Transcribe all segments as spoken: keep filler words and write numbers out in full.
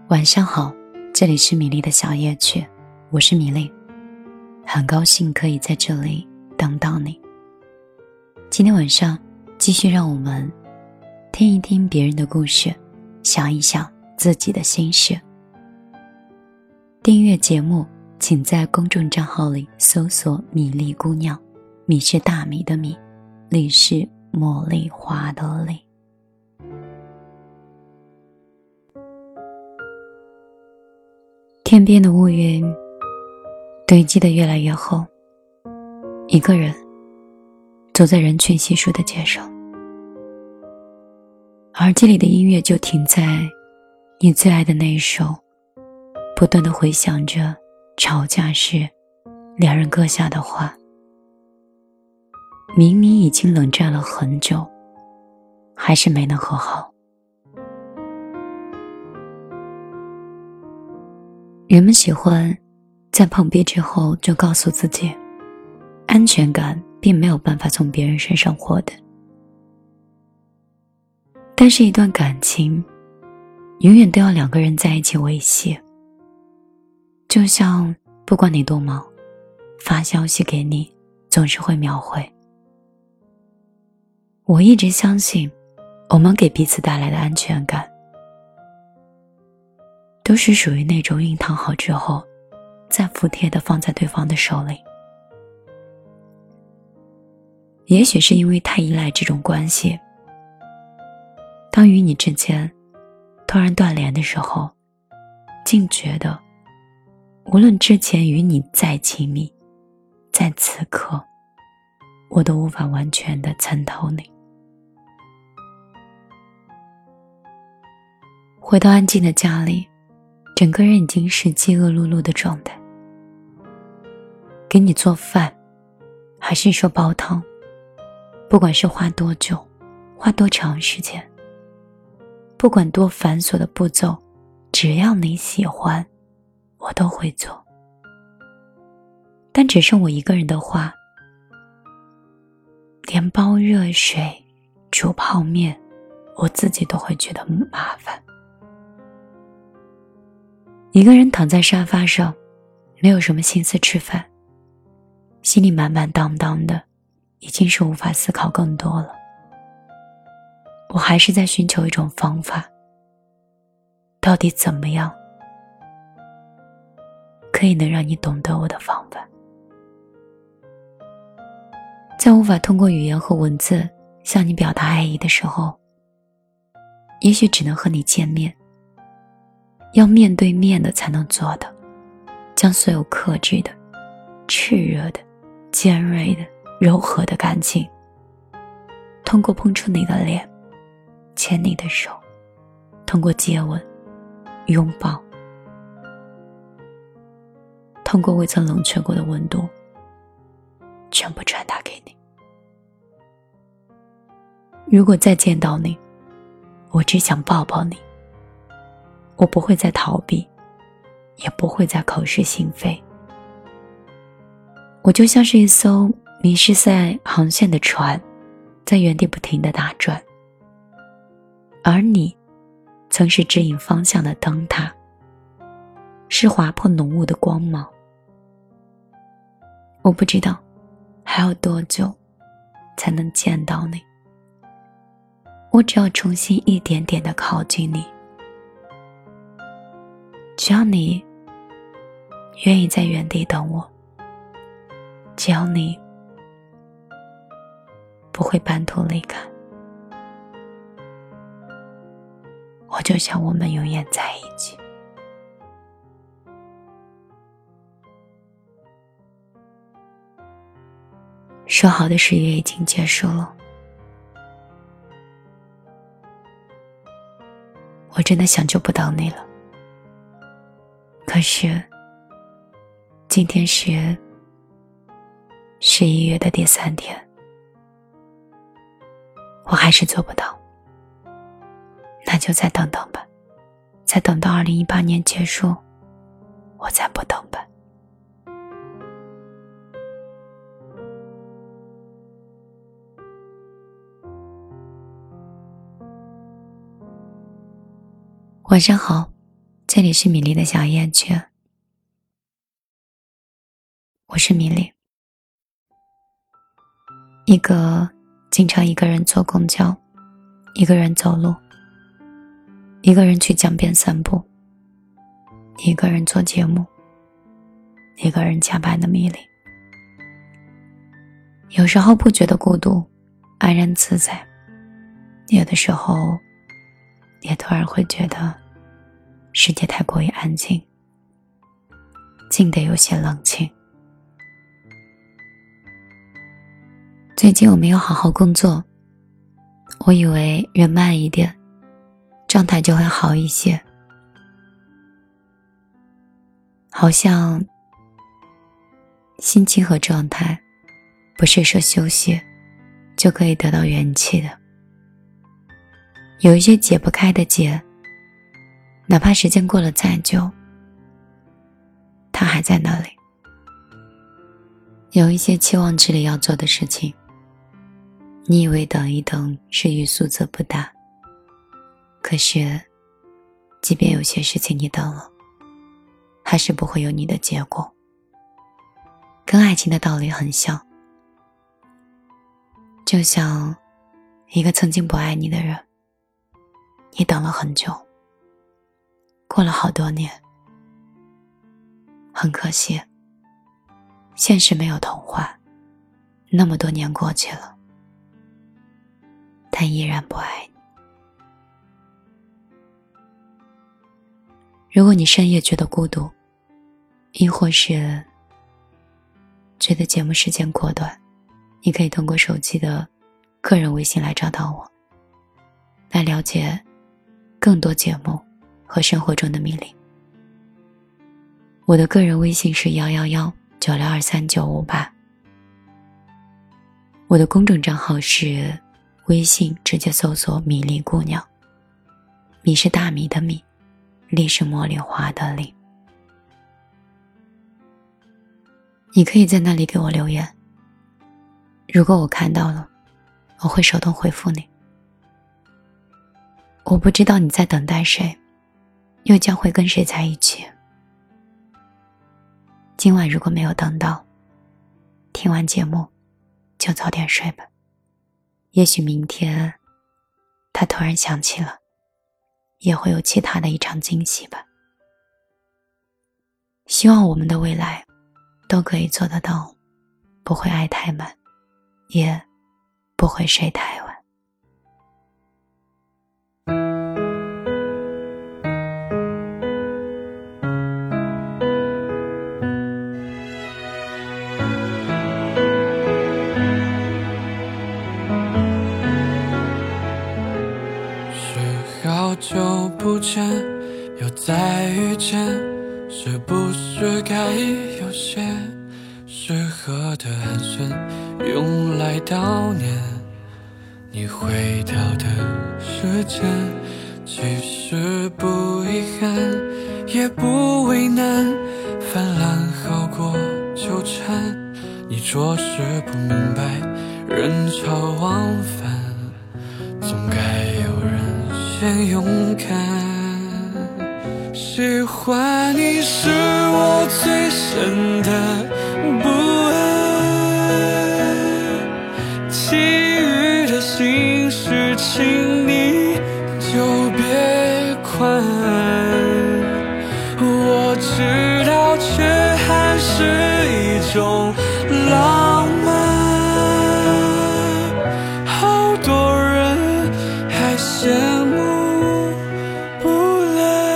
晚上好，这里是米粒的小夜曲，我是米粒，很高兴可以在这里等到你。今天晚上继续让我们听一听别人的故事，想一想自己的心事。订阅节目请在公众账号里搜索米粒姑娘，米是大米的米，粒是茉莉花的粒。天边的乌云堆积得越来越厚，一个人走在人群稀疏的街上，耳机里的音乐就停在你最爱的那一首，不断地回想着吵架时两人搁下的话。明明已经冷战了很久，还是没能和好。人们喜欢在碰壁之后就告诉自己，安全感并没有办法从别人身上获得。但是一段感情永远都要两个人在一起维系，就像不管你多忙，发消息给你总是会秒回。我一直相信我们给彼此带来的安全感都是属于那种熨烫好之后再服帖地放在对方的手里。也许是因为太依赖这种关系，当与你之间突然断联的时候，竟觉得无论之前与你再亲密，在此刻我都无法完全地参透你。回到安静的家里，整个人已经是饥饿碌碌的状态。给你做饭还是说煲汤，不管是花多久，花多长时间，不管多繁琐的步骤，只要你喜欢，我都会做。但只剩我一个人的话，连煲热水煮泡面我自己都会觉得麻烦。一个人躺在沙发上，没有什么心思吃饭，心里满满当当的，已经是无法思考更多了。我还是在寻求一种方法，到底怎么样可以能让你懂得我的方法。在无法通过语言和文字向你表达爱意的时候，也许只能和你见面，要面对面的才能做的，将所有克制的、炽热的、尖锐的、柔和的感情，通过碰触你的脸，牵你的手，通过接吻、拥抱，通过未曾冷却过的温度，全部传达给你。如果再见到你，我只想抱抱你，我不会再逃避，也不会再口是心非。我就像是一艘迷失在航线的船，在原地不停地打转，而你曾是指引方向的灯塔，是划破浓雾的光芒。我不知道还要多久才能见到你，我只要重新一点点地靠近你，只要你愿意在原地等我，只要你不会半途离开，我就想我们永远在一起。说好的十月已经结束了，我真的想就不等你了。可是今天是十一月的第三天，我还是做不到。那就再等等吧，再等到二零一八年结束，我再不等吧。晚上好， 这里是米粒的小夜曲，我是米粒，一个经常一个人坐公交，一个人走路，一个人去江边散步，一个人做节目，一个人加班的米粒。有时候不觉得孤独，安然自在，有的时候也突然会觉得世界太过于安静，静得有些冷清。最近我没有好好工作，我以为人慢一点，状态就会好一些。好像心情和状态不是说休息就可以得到元气的。有一些解不开的结，哪怕时间过了再久，它还在那里。有一些期望值里要做的事情，你以为等一等是欲速则不达，可是即便有些事情你等了，还是不会有你的结果。跟爱情的道理很像，就像一个曾经不爱你的人，你等了很久，过了好多年，很可惜，现实没有童话，那么多年过去了，他依然不爱你。如果你深夜觉得孤独，亦或是觉得节目时间过短，你可以通过手机的个人微信来找到我，来了解更多节目和生活中的米粒。我的个人微信是幺幺幺九六二三九五八，我的公众账号是微信直接搜索米粒姑娘，米是大米的米，粒是茉莉花的粒。你可以在那里给我留言，如果我看到了，我会手动回复你。我不知道你在等待谁，又将会跟谁在一起。今晚如果没有等到，听完节目就早点睡吧。也许明天他突然想起了，也会有其他的一场惊喜吧。希望我们的未来都可以做得到，不会爱太满，也不会睡太晚。 是好久不见，又再遇见，是不是该有些适合的寒暄，用来悼念你回到的时间。其实不遗憾，也不为难，泛滥好过纠缠。你着实不明白，人潮往返，总该有人先勇敢。喜欢你是我最深的不安，其余的心事请你就别管。我知道却还是一种浪漫，好多人还羡慕不来。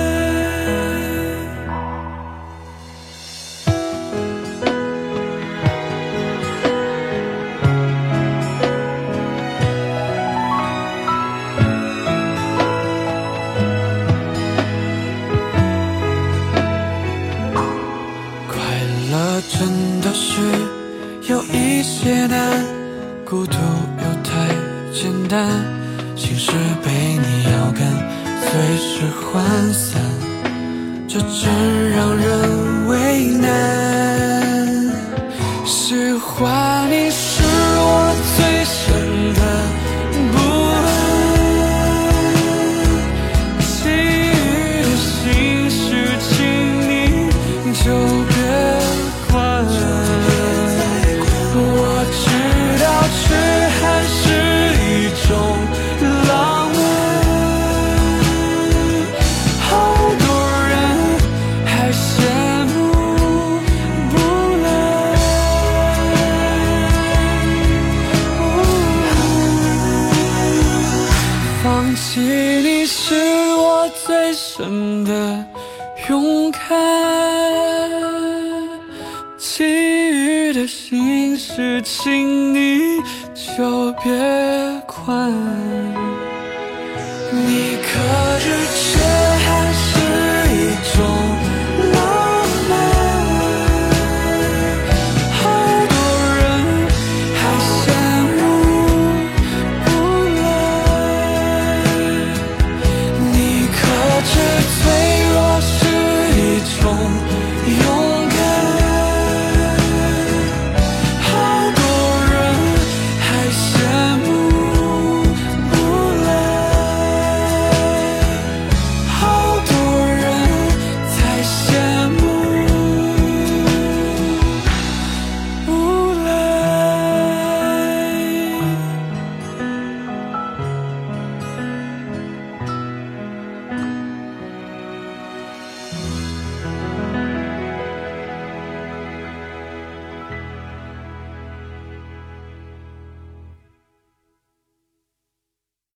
真的是有一些难，孤独又太简单，心事被你咬干，随时涣散，这真让人为难。喜欢你是我最深的不安，其余的心我最深的勇敢，其余的心事，请你就别管。